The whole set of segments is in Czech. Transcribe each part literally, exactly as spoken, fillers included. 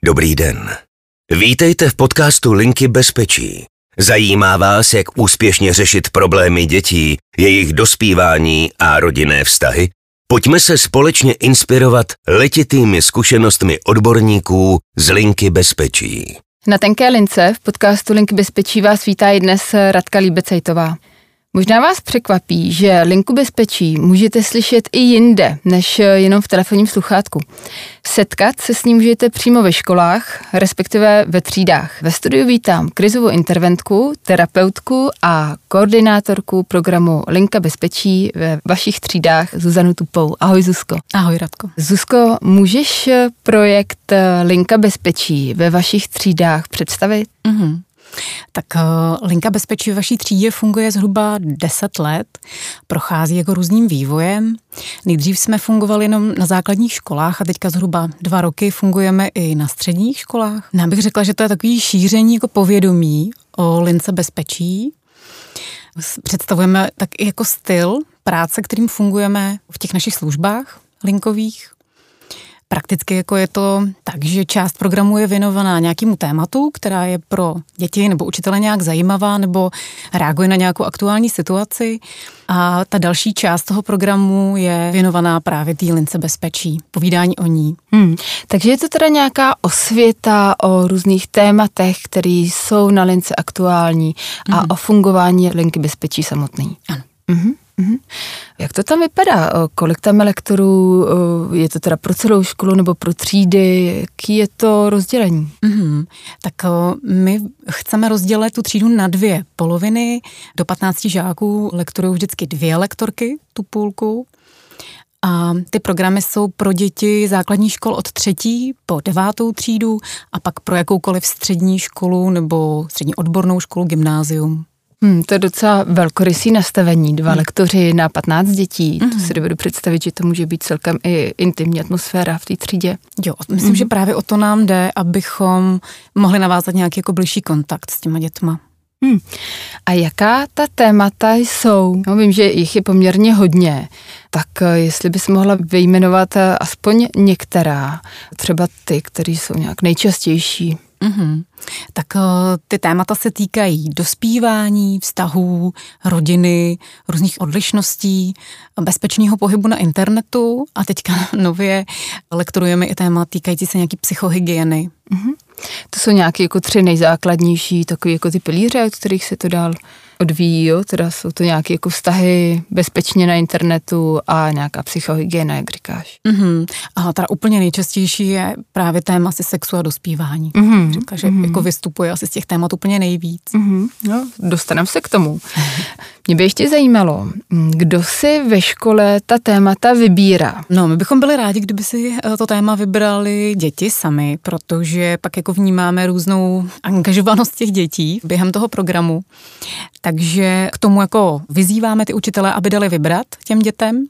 Dobrý den. Vítejte v podcastu Linky bezpečí. Zajímá vás, jak úspěšně řešit problémy dětí, jejich dospívání a rodinné vztahy? Pojďme se společně inspirovat letitými zkušenostmi odborníků z Linky bezpečí. Na tenké lince v podcastu Linky bezpečí vás vítá i dnes Radka Líbecejtová. Možná vás překvapí, že Linku bezpečí můžete slyšet i jinde, než jenom v telefonním sluchátku. Setkat se s ní můžete přímo ve školách, respektive ve třídách. Ve studiu vítám krizovou interventku, terapeutku a koordinátorku programu Linka bezpečí ve vašich třídách Zuzanu Tupou. Ahoj Zuzko. Ahoj Radko. Zuzko, můžeš projekt Linka bezpečí ve vašich třídách představit? Mhm. Tak uh, Linka bezpečí ve vaší třídě funguje zhruba deset let, prochází jako různým vývojem. Nejdřív jsme fungovali jenom na základních školách a teďka zhruba dva roky fungujeme i na středních školách. Já bych řekla, že to je takový šíření jako povědomí o lince bezpečí. Představujeme tak i jako styl práce, kterým fungujeme v těch našich službách linkových. Prakticky jako je to tak, že část programu je věnovaná nějakému tématu, která je pro děti nebo učitele nějak zajímavá nebo reaguje na nějakou aktuální situaci. A ta další část toho programu je věnovaná právě té lince bezpečí, povídání o ní. Hmm. Takže je to teda nějaká osvěta o různých tématech, které jsou na lince aktuální a hmm. o fungování linky bezpečí samotný. Ano. Mhm. Uhum. Jak to tam vypadá? Kolik tam je lektorů? Je to teda pro celou školu nebo pro třídy? Jaký je to rozdělení? Uhum. Tak my chceme rozdělit tu třídu na dvě poloviny. Do patnácti žáků lektorují vždycky dvě lektorky, tu půlku. A ty programy jsou pro děti základních škol od třetí po devátou třídu a pak pro jakoukoliv střední školu nebo střední odbornou školu, gymnázium. Hmm, to je docela velkorysý nastavení, dva hmm. lektoři na patnáct dětí, hmm. to si dovedu představit, že to může být celkem i intimní atmosféra v té třídě. Jo, myslím, hmm. že právě o to nám jde, abychom mohli navázat nějaký jako blížší kontakt s těma dětma. Hmm. A jaká ta témata jsou? No, vím, že jich je poměrně hodně, tak jestli bys mohla vyjmenovat aspoň některá, třeba ty, které jsou nějak nejčastější. Mm-hmm. Tak ty témata se týkají dospívání, vztahů, rodiny, různých odlišností, bezpečného pohybu na internetu a teďka nově lektorujeme i téma týkající se nějaký psychohygieny. Mm-hmm. To jsou nějaké jako tři nejzákladnější, takové jako ty pilíře, od kterých se to dál odvíjí, jo? Teda jsou to nějaké jako vztahy bezpečně na internetu a nějaká psychohygiena, jak říkáš. Mm-hmm. A teda úplně nejčastější je právě téma asi sexu a dospívání. Mm-hmm. Říká, že mm-hmm. jako vystupuje asi z těch témat úplně nejvíc. Mm-hmm. No, dostaneme se k tomu. Mě by ještě zajímalo, kdo si ve škole ta témata vybírá? No, my bychom byli rádi, kdyby si to téma vybrali děti sami, protože pak jako vnímáme různou angažovanost těch dětí během toho programu. Takže k tomu jako vyzýváme ty učitele, aby dali vybrat těm dětem,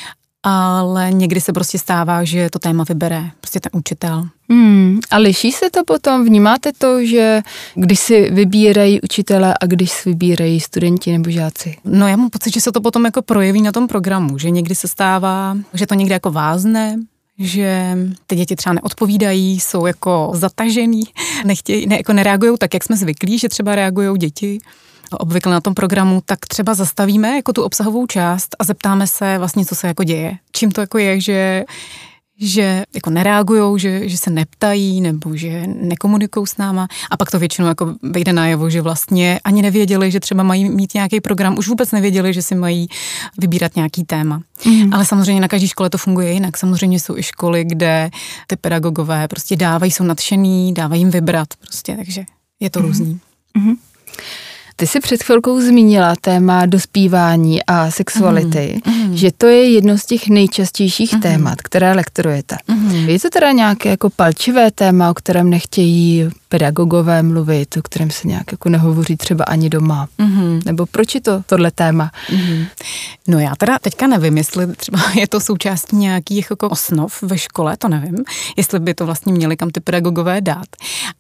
ale někdy se prostě stává, že to téma vybere prostě ten učitel. Hmm, a liší se to potom? Vnímáte to, že když si vybírají učitele a když si vybírají studenti nebo žáci? No já mám pocit, že se to potom jako projeví na tom programu, že někdy se stává, že to někde jako vázne, že ty děti třeba neodpovídají, jsou jako zatažený, nechtějí, ne, jako nereagujou tak, jak jsme zvyklí, že třeba reagujou děti obvykle na tom programu, tak třeba zastavíme jako tu obsahovou část a zeptáme se vlastně, co se jako děje. Čím to jako je, že, že jako nereagujou, že, že se neptají nebo že nekomunikují s náma a pak to většinou jako vejde najevo, že vlastně ani nevěděli, že třeba mají mít nějaký program, už vůbec nevěděli, že si mají vybírat nějaký téma. Mm. Ale samozřejmě na každé škole to funguje jinak. Samozřejmě jsou i školy, kde ty pedagogové prostě dávají, jsou nadšený, dávají jim vybrat prostě, takže je to mm. různý. Mm. Ty jsi před chvilkou zmínila téma dospívání a sexuality, mm, mm. že to je jedno z těch nejčastějších mm. témat, které lektorujete. Mm. Je to teda nějaké jako palčivé téma, o kterém nechtějí pedagogové mluvit, o kterém se nějak jako nehovoří třeba ani doma? Mm. Nebo proč je to tohle téma? Mm. No já teda teďka nevím, jestli třeba je to součástí nějakých jako osnov ve škole, to nevím, jestli by to vlastně měli kam ty pedagogové dát.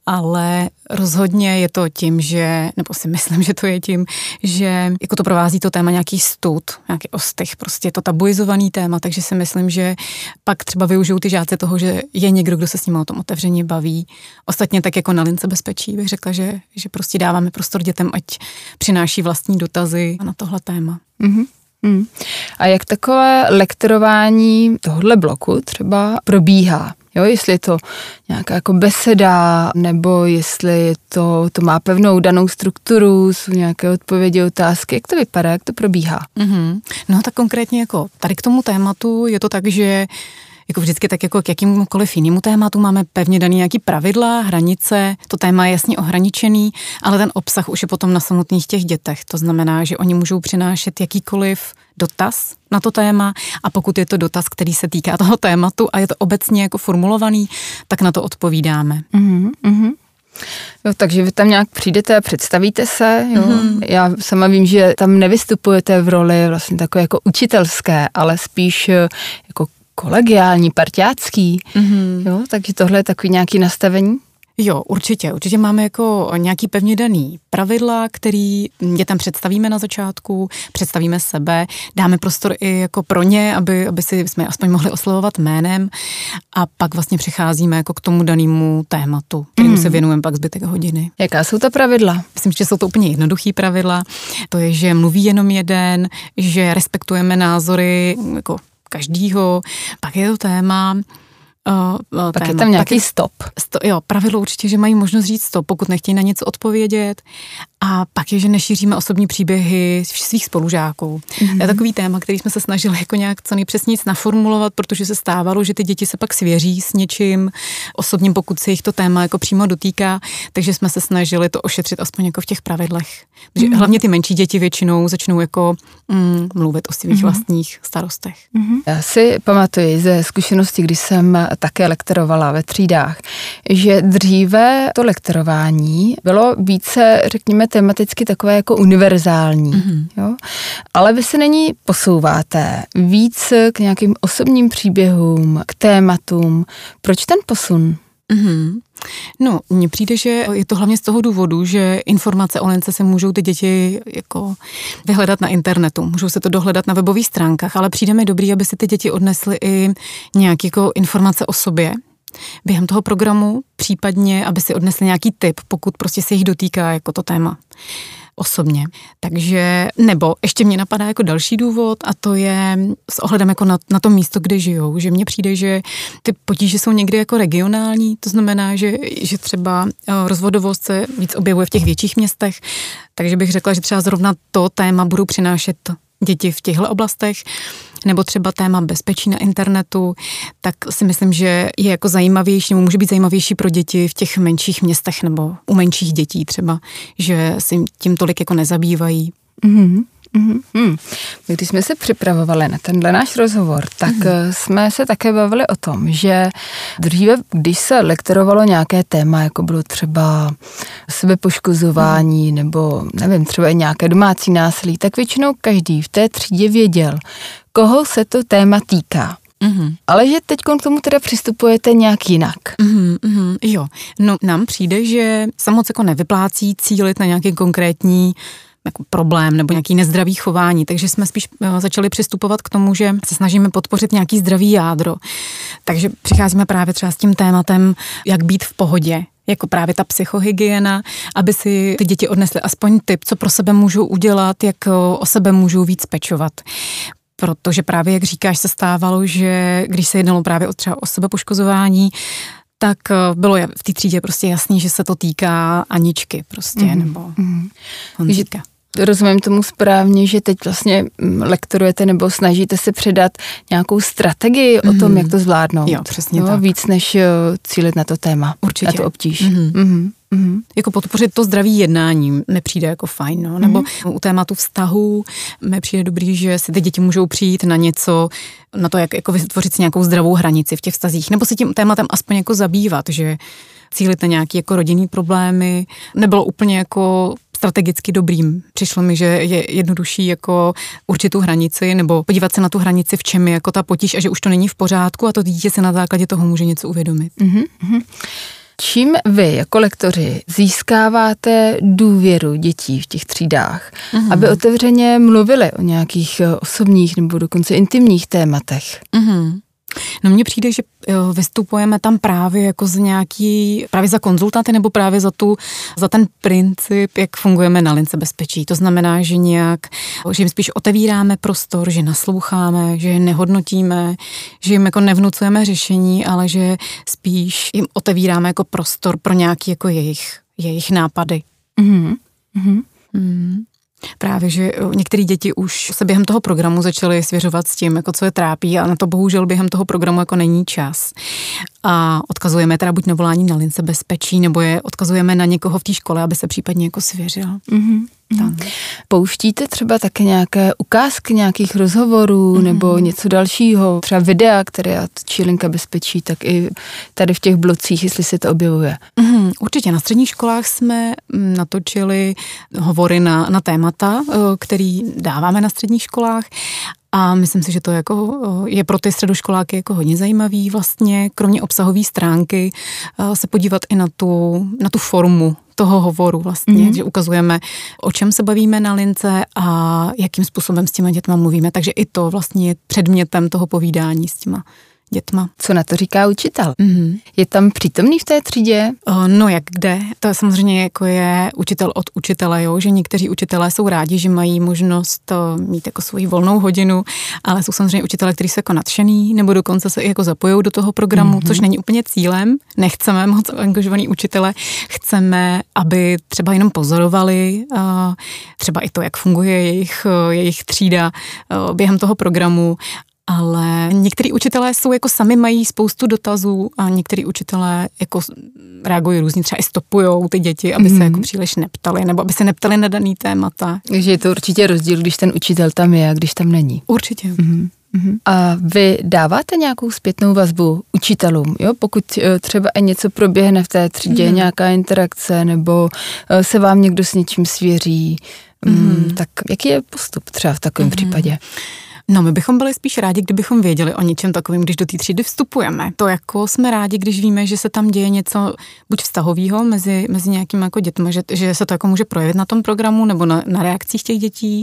ale rozhodně je to tím, že, nebo si myslím, že to je tím, že jako to provází to téma nějaký stud, nějaký ostych, prostě je to tabuizovaný téma, takže si myslím, že pak třeba využijou ty žáci toho, že je někdo, kdo se s nimi o tom otevřeně baví. Ostatně tak jako na lince bezpečí bych řekla, že, že prostě dáváme prostor dětem, ať přináší vlastní dotazy na tohle téma. Mm-hmm. Mm. A jak takové lektorování tohohle bloku třeba probíhá? Jo, jestli je to nějaká jako beseda, nebo jestli to, to má pevnou danou strukturu, jsou nějaké odpovědi, otázky, jak to vypadá, jak to probíhá? Mm-hmm. No tak konkrétně jako tady k tomu tématu je to tak, že jako vždycky tak jako k jakýmkoliv jinému tématu máme pevně daný nějaký pravidla, hranice, to téma je jasně ohraničený, ale ten obsah už je potom na samotných těch dětech. To znamená, že oni můžou přinášet jakýkoliv dotaz na to téma a pokud je to dotaz, který se týká toho tématu a je to obecně jako formulovaný, tak na to odpovídáme. Mm-hmm, mm-hmm. Jo, takže vy tam nějak přijdete a představíte se, jo. Mm-hmm. Já sama vím, že tam nevystupujete v roli vlastně takové jako učitelské, ale spíš jako kolegiální, parťácký, mm-hmm. jo, takže tohle je takový nějaký nastavení? Jo, určitě. Určitě máme jako nějaký pevně daný pravidla, který dětem představíme na začátku, představíme sebe, dáme prostor i jako pro ně, aby, aby si jsme aspoň mohli oslovovat jménem a pak vlastně přicházíme jako k tomu danému tématu, kterým mm. se věnujeme pak zbytek hodiny. Jaká jsou ta pravidla? Myslím, že jsou to úplně jednoduchý pravidla. To je, že mluví jenom jeden, že respektujeme názory jako každýho, pak je to téma, Uh, tak téma. Je tam nějaký je, stop. Sto, jo, pravidlo určitě, že mají možnost říct stop, pokud nechtějí na něco odpovědět. A pak je, že nešíříme osobní příběhy svých spolužáků. Mm-hmm. To je takový téma, který jsme se snažili jako nějak co nejpřesněji naformulovat, protože se stávalo, že ty děti se pak svěří s něčím osobním, pokud se jich to téma jako přímo dotýká, takže jsme se snažili to ošetřit aspoň jako v těch pravidlech. Mm-hmm. Hlavně ty menší děti většinou začnou jako mm, mluvit o svých mm-hmm. vlastních starostech. Mm-hmm. Já si pamatuji ze zkušenosti, když jsem také lektorovala ve třídách, že dříve to lektorování bylo více, řekněme, tematicky takové jako univerzální. Mm-hmm. Jo? Ale vy se nyní posouváte víc k nějakým osobním příběhům, k tématům. Proč ten posun? Mm-hmm. No, mně přijde, že je to hlavně z toho důvodu, že informace o lince se můžou ty děti jako vyhledat na internetu, můžou se to dohledat na webových stránkách, ale přijde mi dobrý, aby si ty děti odnesly i nějaké jako informace o sobě během toho programu, případně, aby si odnesli nějaký tip, pokud prostě se jich dotýká jako to téma osobně. Takže, nebo ještě mě napadá jako další důvod a to je s ohledem jako na, na to místo, kde žijou, že mně přijde, že ty potíže jsou někdy jako regionální, to znamená, že, že třeba rozvodovost se víc objevuje v těch větších městech, takže bych řekla, že třeba zrovna to téma budou přinášet děti v těchto oblastech, nebo třeba téma bezpečí na internetu, tak si myslím, že je jako zajímavější, nebo může být zajímavější pro děti v těch menších městech nebo u menších dětí třeba, že si tím tolik jako nezabývají. Mm-hmm. Mm-hmm. Když jsme se připravovali na tenhle náš rozhovor, tak mm-hmm. jsme se také bavili o tom, že dříve, když se lektorovalo nějaké téma, jako bylo třeba sebepoškozování mm-hmm. nebo nevím, třeba i nějaké domácí násilí, tak většinou každý v té třídě věděl, koho se to téma týká. Mm-hmm. Ale že teď k tomu teda přistupujete nějak jinak. Mm-hmm, mm-hmm, jo, no nám přijde, že se moc jako nevyplácí cílit na nějaký konkrétní jako problém nebo nějaký nezdravý chování, takže jsme spíš začali přistupovat k tomu, že se snažíme podpořit nějaký zdravý jádro. Takže přicházíme právě třeba s tím tématem, jak být v pohodě, jako právě ta psychohygiena, aby si ty děti odnesly aspoň tip, co pro sebe můžou udělat, jak o sebe můžou víc pečovat. Protože právě, jak říkáš, se stávalo, že když se jednalo právě o třeba o sebepoškozování, tak bylo v té třídě prostě jasný, že se to týká Aničky prostě, mm-hmm. nebo Honzíka. Rozumím tomu správně, že teď vlastně lektorujete nebo snažíte se předat nějakou strategii mm-hmm. o tom, jak to zvládnout. Jo, přesně no, tak. Víc než cílit na to téma. Určitě. Na to obtíž. Mm-hmm. Mm-hmm. Mm-hmm. Jako podpořit to zdravý jednání mi přijde jako fajn, no. Nebo mm-hmm. u tématu vztahu mi přijde dobrý, že si ty děti můžou přijít na něco, na to, jak jako vytvořit si nějakou zdravou hranici v těch vztazích, nebo se tím tématem aspoň jako zabývat, že cílit na nějaké jako rodinný problémy nebylo úplně jako strategicky dobrým. Přišlo mi, že je jednodušší jako určitou hranici nebo podívat se na tu hranici, v čem je jako ta potíž a že už to není v pořádku a to dítě se na základě toho může něco uvědomit. Mm-hmm. Čím vy jako lektoři získáváte důvěru dětí v těch třídách, mm-hmm. aby otevřeně mluvili o nějakých osobních nebo dokonce intimních tématech? Mm-hmm. No mně přijde, že jo, vystupujeme tam právě jako z nějaký, právě za konzultanty nebo právě za tu, za ten princip, jak fungujeme na lince bezpečí. To znamená, že nějak, že jim spíš otevíráme prostor, že nasloucháme, že je nehodnotíme, že jim jako nevnucujeme řešení, ale že spíš jim otevíráme jako prostor pro nějaký jako jejich, jejich nápady. Mhm. Mhm. Mm. Právě, že některé děti už se během toho programu začaly svěřovat s tím, jako co je trápí, a na to bohužel během toho programu jako není čas. A odkazujeme teda buď na volání na lince bezpečí, nebo je odkazujeme na někoho v té škole, aby se případně jako svěřil. Mm-hmm. Tam. Pouštíte třeba také nějaké ukázky nějakých rozhovorů mm-hmm. nebo něco dalšího, třeba videa, které točí linka bezpečí, tak i tady v těch blocích, jestli se to objevuje? Mm-hmm. Určitě na středních školách jsme natočili hovory na, na témata, který dáváme na středních školách. A myslím si, že to jako je pro ty středoškoláky jako hodně zajímavý vlastně, kromě obsahové stránky, se podívat i na tu, na tu formu toho hovoru vlastně, mm-hmm. že ukazujeme, o čem se bavíme na lince a jakým způsobem s těma dětma mluvíme. Takže i to vlastně je předmětem toho povídání s těma dětma. Co na to říká učitel? Mm-hmm. Je tam přítomný v té třídě? No jak kde? To je samozřejmě jako je učitel od učitele, jo? Že někteří učitelé jsou rádi, že mají možnost mít jako svoji volnou hodinu, ale jsou samozřejmě učitelé, kteří jsou jako nadšený, nebo dokonce se i jako zapojou do toho programu, mm-hmm. což není úplně cílem. Nechceme moc angažovaný učitele, chceme, aby třeba jenom pozorovali třeba i to, jak funguje jejich, jejich třída během toho programu. Ale některý učitelé jsou jako sami mají spoustu dotazů a některý učitelé jako reagují různě, třeba i stopujou ty děti, aby mm. se jako příliš neptali, nebo aby se neptali na daný témata. Takže je to určitě rozdíl, když ten učitel tam je a když tam není. Určitě. Mm. Mm. A vy dáváte nějakou zpětnou vazbu učitelům, jo? Pokud třeba něco proběhne v té třídě, mm. nějaká interakce, nebo se vám někdo s něčím svěří, mm. tak jaký je postup třeba v takovém mm. případě? No, my bychom byli spíš rádi, kdybychom věděli o něčem takovým, když do té třídy vstupujeme. To jako jsme rádi, když víme, že se tam děje něco buď vztahového mezi, mezi nějakými jako dětmi, že, že se to jako může projevit na tom programu nebo na, na reakcích těch dětí.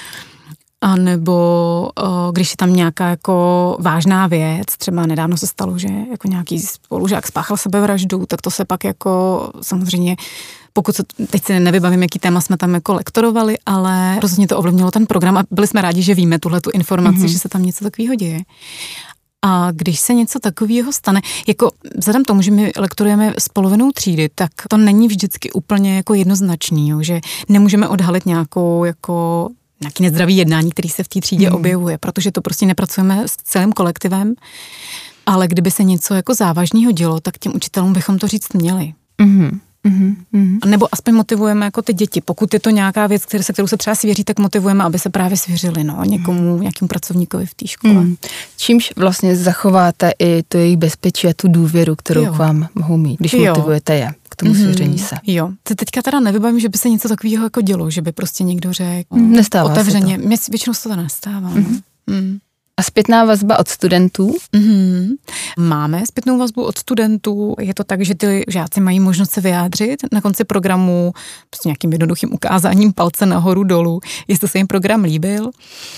A nebo o, když je tam nějaká jako vážná věc, třeba nedávno se stalo, že jako nějaký spolužák spáchal sebevraždu, tak to se pak jako samozřejmě, pokud se, teď si nevybavím, jaký téma jsme tam jako lektorovali, ale rozhodně to ovlivnilo ten program a byli jsme rádi, že víme tuhle tu informaci, mm-hmm. že se tam něco takového děje. A když se něco takového stane, jako vzhledem tomu, že my lektorujeme s polovinou třídy, tak to není vždycky úplně jako jednoznačný, jo, že nemůžeme odhalit nějakou jako nějaký nezdravý jednání, který se v té třídě mm. objevuje, protože to prostě nepracujeme s celým kolektivem, ale kdyby se něco jako závažného dělo, tak těm učitelům bychom to říct měli. Mm. Mm. Nebo aspoň motivujeme jako ty děti. Pokud je to nějaká věc, které se, kterou se třeba svěří, tak motivujeme, aby se právě svěřili no, někomu, nějakému pracovníkovi v té škole. Mm. Čímž vlastně zachováte i to jejich bezpečí a tu důvěru, kterou jo. k vám mohou mít, když jo. motivujete je k tomu mm-hmm. svěření se. Jo. To teďka teda nevybavím, že by se něco takového jako dělo, že by prostě někdo řekl nestává otevřeně. Se to. Mě většinou se to nestává. Mm-hmm. No. Mm. A zpětná vazba od studentů? Mm-hmm. Máme zpětnou vazbu od studentů. Je to tak, že ty žáci mají možnost se vyjádřit na konci programu prostě nějakým jednoduchým ukázáním palce nahoru dolů, jestli se jim program líbil.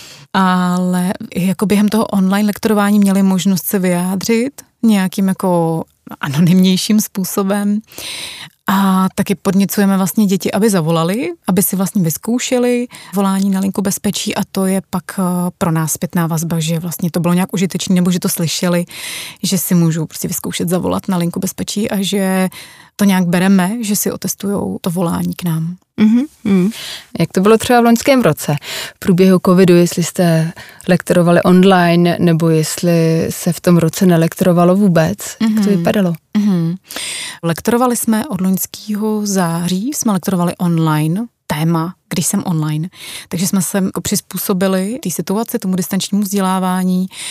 Ale jako během toho online lektorování měli možnost se vyjádřit nějakým jako anonymnějším způsobem. A taky podněcujeme vlastně děti, aby zavolali, aby si vlastně vyzkoušeli volání na linku bezpečí a to je pak pro nás zpětná vazba, že vlastně to bylo nějak užitečné nebo že to slyšeli, že si můžou prostě vyzkoušet zavolat na linku bezpečí a že to nějak bereme, že si otestujou to volání k nám. Mm-hmm. Jak to bylo třeba v loňském roce? V průběhu covidu, jestli jste lektorovali online, nebo jestli se v tom roce nelektorovalo vůbec? Mm-hmm. Jak to vypadalo? Mm-hmm. Lektorovali jsme od loňského září, jsme lektorovali online, téma, když jsem online. Takže jsme se jako přizpůsobili té situaci, tomu distančnímu vzdělávání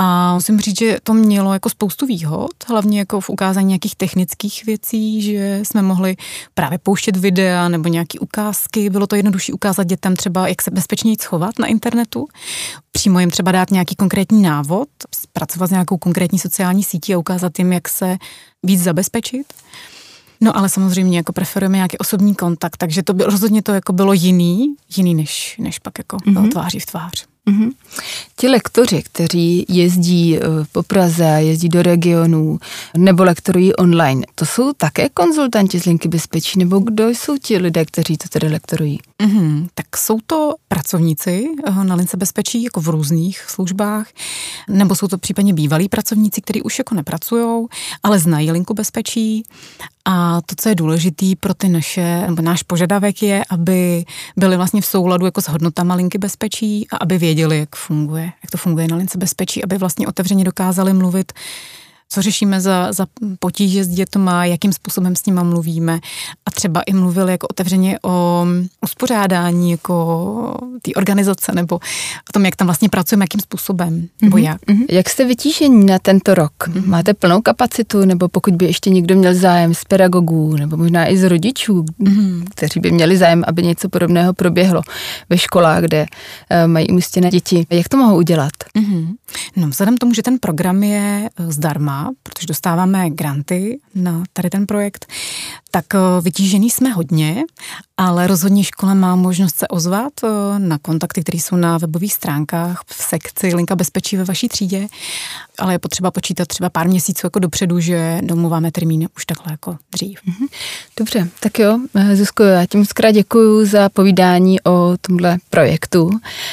A musím říct, že to mělo jako spoustu výhod, hlavně jako v ukázání nějakých technických věcí, že jsme mohli právě pouštět videa nebo nějaký ukázky. Bylo to jednodušší ukázat dětem třeba, jak se bezpečněji schovat na internetu. Přímo jim třeba dát nějaký konkrétní návod, pracovat s nějakou konkrétní sociální sítí a ukázat jim, jak se víc zabezpečit. No ale samozřejmě jako preferujeme nějaký osobní kontakt, takže to bylo, rozhodně to jako bylo jiný, jiný než, než pak jako mm-hmm. tváří v tvář. Mm-hmm. Ti lektoři, kteří jezdí po Praze, jezdí do regionů nebo lektorují online, to jsou také konzultanti z Linky bezpečí, nebo kdo jsou ti lidé, kteří to tedy lektorují? Mm-hmm. Tak jsou to pracovníci na Lince bezpečí jako v různých službách, nebo jsou to případně bývalí pracovníci, kteří už jako nepracujou, ale znají Linku bezpečí. A to, co je důležitý pro ty naše, nebo náš požadavek je, aby byli vlastně v souladu jako s hodnotama Linky bezpečí a aby věděli, jak funguje, jak to funguje na Lince bezpečí, aby vlastně otevřeně dokázali mluvit, co řešíme za, za potíže s dětma, jakým způsobem s nima mluvíme a třeba i mluvili jako otevřeně o uspořádání jako té organizace nebo o tom, jak tam vlastně pracujeme, jakým způsobem, nebo mm-hmm. jak. Mm-hmm. Jak jste vytížení na tento rok? Mm-hmm. Máte plnou kapacitu, nebo pokud by ještě někdo měl zájem z pedagogů, nebo možná i z rodičů, mm-hmm. kteří by měli zájem, aby něco podobného proběhlo ve školách, kde uh, mají umístěné děti, jak to mohou udělat? Mm-hmm. No, vzhledem k tomu, že ten program je zdarma, protože dostáváme granty na tady ten projekt, tak vytížený jsme hodně, ale rozhodně škola má možnost se ozvat na kontakty, které jsou na webových stránkách v sekci Linka bezpečí ve vaší třídě, ale je potřeba počítat třeba pár měsíců jako dopředu, že domluváme termíny už takhle jako dřív. Dobře, tak jo, Zuzko, já ti moc krát děkuju za povídání o tomhle projektu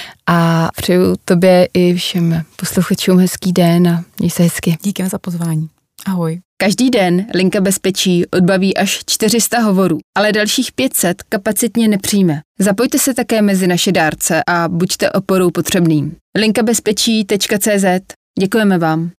a přeju tobě i všem posluchačům hezký den a měj se hezky. Díky za pozvání. Ahoj. Každý den Linka bezpečí odbaví až čtyři sta hovorů, ale dalších pět set kapacitně nepřijme. Zapojte se také mezi naše dárce a buďte oporou potřebným. linka bezpečí tečka cé zet. Děkujeme vám.